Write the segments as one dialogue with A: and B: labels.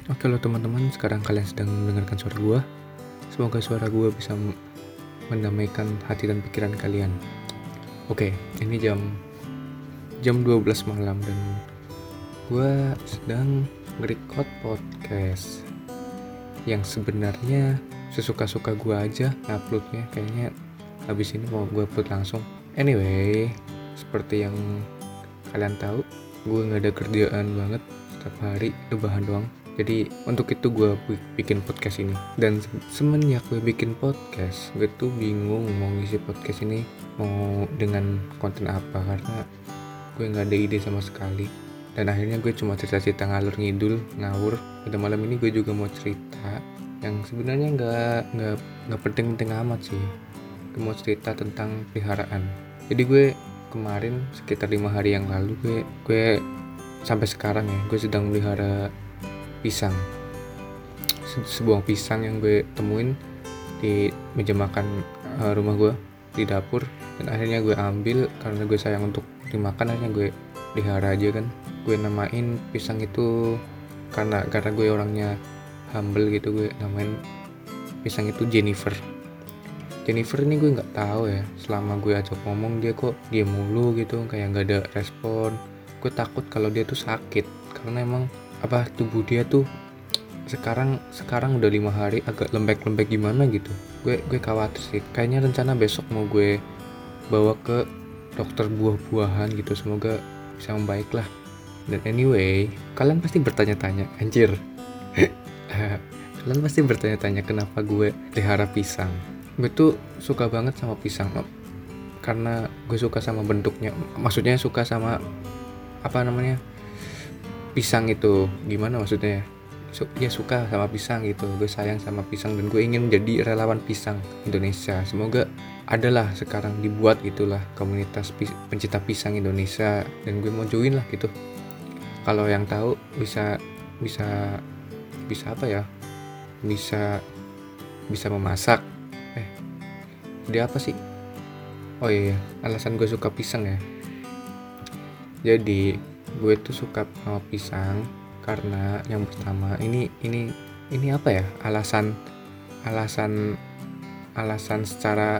A: Oke lo teman-teman, sekarang kalian sedang mendengarkan suara gua. Semoga suara gua bisa mendamaikan hati dan pikiran kalian. Oke, ini jam 12 malam dan gua sedang nge-record podcast yang sebenarnya sesuka-suka gua aja uploadnya. Kayaknya habis ini mau gua upload langsung. Anyway, seperti yang kalian tahu, gue nggak ada kerjaan banget, setiap hari rebahan doang. Jadi untuk itu gue bikin podcast ini. Dan semenjak gue bikin podcast, gue tuh bingung mau ngisi podcast ini mau dengan konten apa, karena gue nggak ada ide sama sekali. Dan akhirnya gue cuma cerita-cerita ngalur ngidul, ngawur. Pada malam ini gue juga mau cerita yang sebenarnya nggak penting-penting amat sih. Gue mau cerita tentang peliharaan. Jadi gue kemarin sekitar 5 hari yang lalu gue sampai sekarang ya gue sedang melihara pisang, sebuah pisang yang gue temuin di meja makan rumah gue di dapur, dan akhirnya gue ambil karena gue sayang untuk dimakan. Akhirnya gue pelihara aja kan. Gue namain pisang itu karena gue orangnya humble gitu, gue namain pisang itu Jennifer ini. Gue nggak tahu ya, selama gue ajak ngomong dia kok diem mulu gitu, kayak nggak ada respon. Gue takut kalau dia tuh sakit, karena emang tubuh dia tuh sekarang udah 5 hari agak lembek gimana gitu. Gue khawatir sih. Kayaknya rencana besok mau gue bawa ke dokter buah-buahan gitu, semoga bisa membaik lah. Dan anyway, kalian pasti bertanya-tanya, anjir. Kalian pasti bertanya-tanya kenapa gue pelihara pisang. Gue tuh suka banget sama pisang, karena gue suka sama bentuknya. Maksudnya suka sama pisang itu gimana maksudnya ya, suka sama pisang gitu. Gue sayang sama pisang dan gue ingin jadi relawan pisang Indonesia. Semoga adalah sekarang dibuat gitulah komunitas pencinta pisang Indonesia, dan gue mau join lah gitu. Kalau yang tahu bisa apa ya, bisa memasak. Dia apa sih? Oh iya, alasan gue suka pisang ya. Jadi gue tuh suka sama pisang karena yang pertama ini apa ya, alasan secara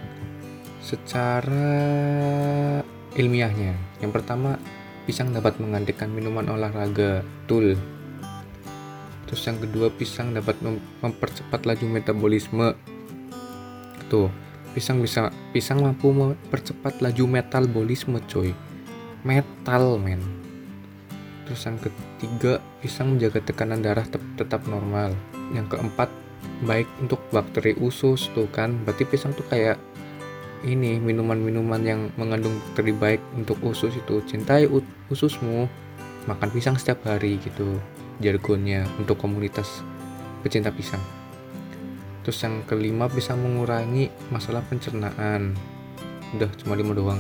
A: ilmiahnya. Yang pertama, pisang dapat menggantikan minuman olahraga, betul. Terus yang kedua, pisang dapat mempercepat laju metabolisme. Tuh, pisang mampu mempercepat laju metabolisme, coy. Metal, men. Terus yang ketiga, pisang menjaga tekanan darah tetap normal. Yang keempat, baik untuk bakteri usus, tuh kan. Berarti pisang tuh kayak ini minuman-minuman yang mengandung bakteri baik untuk usus itu. Cintai ususmu, makan pisang setiap hari gitu jargonnya untuk komunitas pecinta pisang. Terus yang kelima, bisa mengurangi masalah pencernaan. Udah, cuma 5 doang.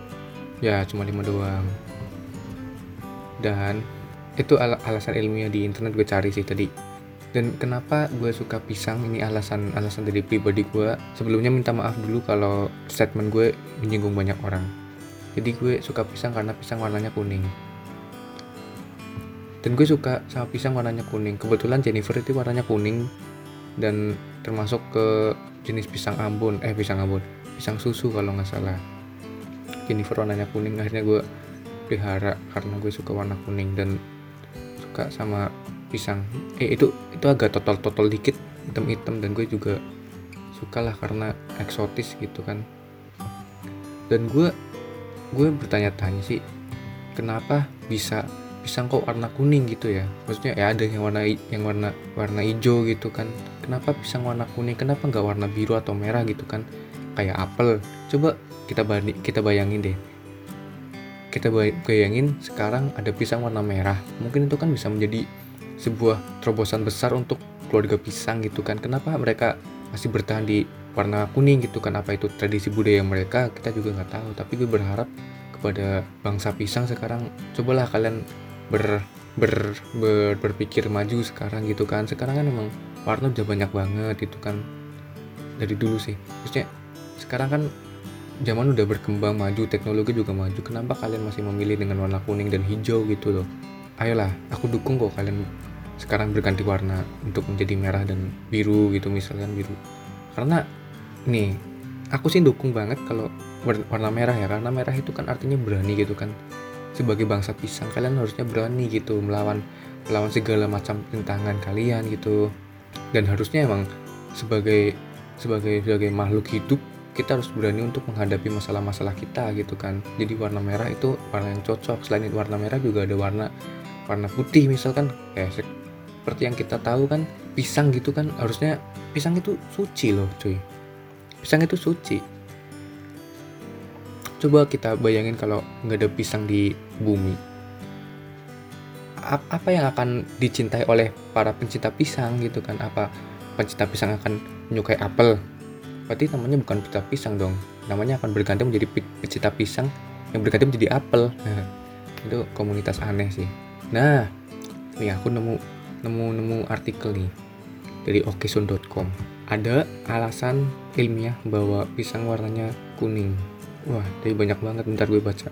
A: Dan itu alasan ilmiah di internet, gue cari sih tadi. Dan kenapa gue suka pisang, ini alasan dari pribadi gue. Sebelumnya minta maaf dulu kalau statement gue menyinggung banyak orang. Jadi gue suka pisang karena pisang warnanya kuning. Dan gue suka sama pisang warnanya kuning. Kebetulan Jennifer itu warnanya kuning, dan termasuk ke jenis pisang susu kalau nggak salah. Jennifer warnanya kuning, akhirnya gue pelihara karena gue suka warna kuning dan suka sama pisang. Itu agak totol dikit, hitam, dan gue juga suka lah karena eksotis gitu kan. Dan gue bertanya-tanya sih, kenapa bisa pisang kok warna kuning gitu ya? Maksudnya ya ada yang warna hijau gitu kan. Kenapa pisang warna kuning? Kenapa nggak warna biru atau merah gitu kan? Kayak apel. Coba kita bayangin deh. Kita bayangin sekarang ada pisang warna merah. Mungkin itu kan bisa menjadi sebuah terobosan besar untuk keluarga pisang gitu kan. Kenapa mereka masih bertahan di warna kuning gitu kan? Apa itu tradisi budaya mereka? Kita juga nggak tahu. Tapi gue berharap kepada bangsa pisang sekarang, cobalah kalian berpikir maju sekarang gitu kan. Sekarang kan emang warna udah banyak banget gitu kan, dari dulu sih. Maksudnya sekarang kan zaman udah berkembang maju, teknologi juga maju. Kenapa kalian masih memilih dengan warna kuning dan hijau gitu loh? Ayolah, aku dukung kok kalian sekarang berganti warna untuk menjadi merah dan biru gitu, misalkan biru. Karena nih, aku sih dukung banget kalau warna merah ya, karena merah itu kan artinya berani gitu kan. Sebagai bangsa pisang, kalian harusnya berani gitu melawan segala macam rintangan kalian gitu. Dan harusnya emang sebagai makhluk hidup, kita harus berani untuk menghadapi masalah-masalah kita gitu kan. Jadi warna merah itu warna yang cocok. Selain warna merah juga ada warna putih, misalkan kayak seperti yang kita tahu kan, pisang gitu kan, harusnya pisang itu suci loh cuy. Pisang itu suci. Coba kita bayangin kalau nggak ada pisang di bumi, apa yang akan dicintai oleh para pencinta pisang gitu kan? Apa pencinta pisang akan menyukai apel? Berarti namanya bukan pencinta pisang dong, namanya akan berganti menjadi pencinta pisang yang berganti menjadi apel. Itu komunitas aneh sih. Nah, nih aku nemu artikel nih dari okesun.com. Ada alasan ilmiah bahwa pisang warnanya kuning. Wah, tapi banyak banget, bentar gue baca.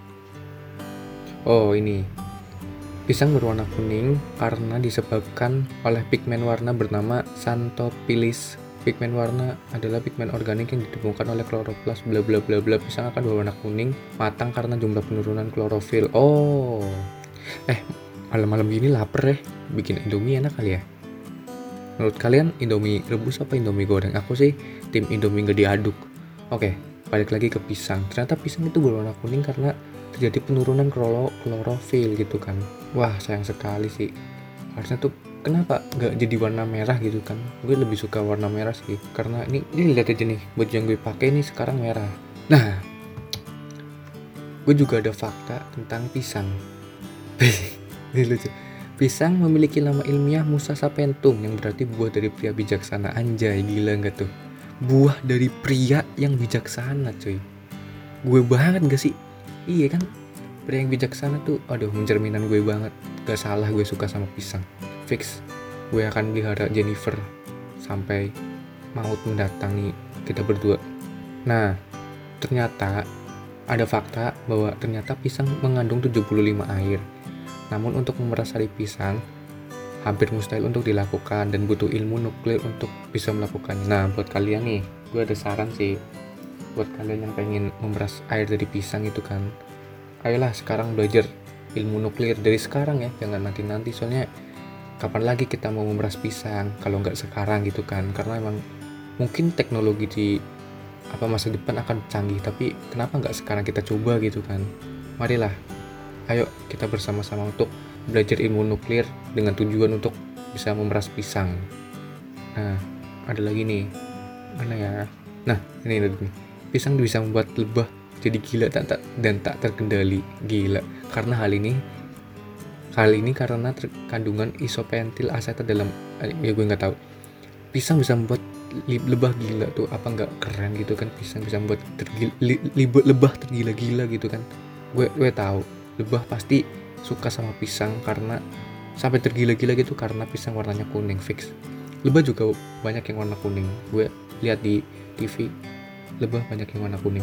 A: Oh, ini. Pisang berwarna kuning karena disebabkan oleh pigmen warna bernama xanthophyllis. Pigmen warna adalah pigmen organik yang ditemukan oleh kloroplas bla bla bla bla. Pisang akan berwarna kuning matang karena jumlah penurunan klorofil. Oh. Malam-malam gini lapar ya. Bikin Indomie enak kali ya. Menurut kalian Indomie rebus apa Indomie goreng? Aku sih tim Indomie gak diaduk. Oke, balik lagi ke pisang. Ternyata pisang itu berwarna kuning karena terjadi penurunan klorofil gitu kan. Wah, sayang sekali sih. Harusnya tuh kenapa nggak jadi warna merah gitu kan? Gue lebih suka warna merah sih, karena ini lihat aja nih, baju yang gue pakai ini sekarang merah. Nah, gue juga ada fakta tentang pisang. Ini lucu. Pisang memiliki nama ilmiah Musa sapentum, yang berarti buah dari pria bijaksana. Anjay, gila nggak tuh? Buah dari pria yang bijaksana, cuy. Gue banget gak sih? Iya kan? Pria yang bijaksana tuh, aduh, mencerminan gue banget. Gak salah gue suka sama pisang. Fix, gue akan pelihara Jennifer sampai maut mendatangi kita berdua. Nah, ternyata ada fakta bahwa ternyata pisang mengandung 75 air. Namun untuk memeras sari pisang hampir mustahil untuk dilakukan dan butuh ilmu nuklir untuk bisa melakukannya. Nah, buat kalian nih, gue ada saran sih. Buat kalian yang pengen memeras air dari pisang itu kan, ayolah sekarang belajar ilmu nuklir dari sekarang ya, jangan nanti-nanti, soalnya kapan lagi kita mau memeras pisang kalau nggak sekarang gitu kan. Karena emang mungkin teknologi di masa depan akan canggih, tapi kenapa nggak sekarang kita coba gitu kan. Marilah, ayo kita bersama-sama untuk belajar ilmu nuklir dengan tujuan untuk bisa memeras pisang. Nah, ada lagi nih, mana ya? Nah, ini nih, pisang bisa membuat lebah jadi gila dan tak terkendali. Gila, karena hal ini karena kandungan isopentil aseta dalam, ya gue nggak tahu. Pisang bisa membuat lebah gila tuh, apa nggak keren gitu kan? Pisang bisa membuat lebah tergila-gila gitu kan? Gue tahu lebah pasti suka sama pisang karena sampai tergila-gila gitu, karena pisang warnanya kuning. Fix, lebah juga banyak yang warna kuning. Gue lihat di TV, lebah banyak yang warna kuning.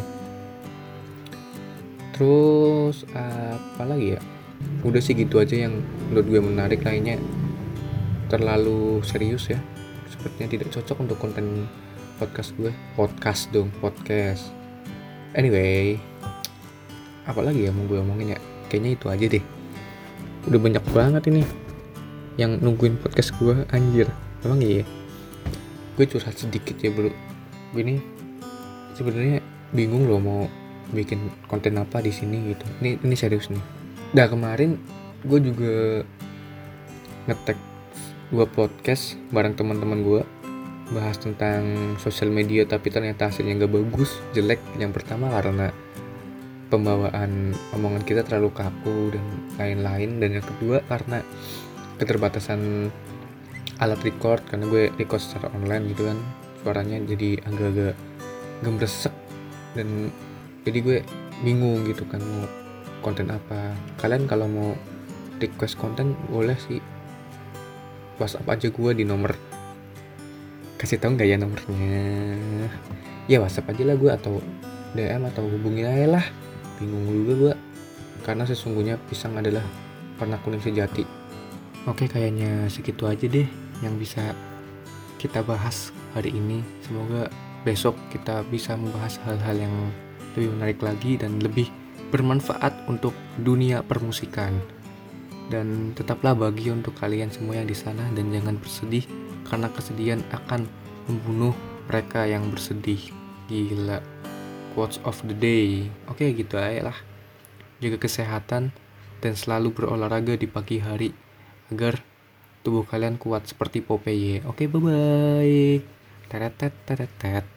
A: Terus apa lagi ya? Udah sih gitu aja yang menurut gue menarik. Lainnya terlalu serius ya, sepertinya tidak cocok untuk konten podcast gue. Podcast. Anyway, apa lagi ya mau gue omongin ya? Kayaknya itu aja deh. Udah banyak banget ini yang nungguin podcast gue, anjir. Emang iya? Gue curhat sedikit ya bro. Gue nih sebenarnya bingung loh mau bikin konten apa di sini gitu. Ini serius nih. Nah, kemarin gue juga nge-tag 2 podcast bareng teman-teman gue, bahas tentang sosial media, tapi ternyata hasilnya nggak bagus, jelek. Yang pertama karena pembawaan omongan kita terlalu kaku dan lain-lain, dan yang kedua karena keterbatasan alat record, karena gue record secara online gitu kan, suaranya jadi agak-agak gembresek, dan jadi gue bingung gitu kan mau konten apa. Kalian kalau mau request konten boleh sih, WhatsApp aja gue di nomor, kasih tahu nggak ya nomornya? Ya WhatsApp aja lah gue, atau DM, atau hubungin aja lah. Bingung juga gue, karena sesungguhnya pisang adalah warna kuning sejati. Oke, kayaknya segitu aja deh yang bisa kita bahas hari ini. Semoga besok kita bisa membahas hal-hal yang lebih menarik lagi dan lebih bermanfaat untuk dunia permusikan. Dan tetaplah bahagia untuk kalian semua yang di sana, dan jangan bersedih karena kesedihan akan membunuh mereka yang bersedih. Gila. Quotes of the day. Oke, gitu aja lah. Jaga kesehatan dan selalu berolahraga di pagi hari agar tubuh kalian kuat seperti Popeye. Oke, bye-bye. Teret.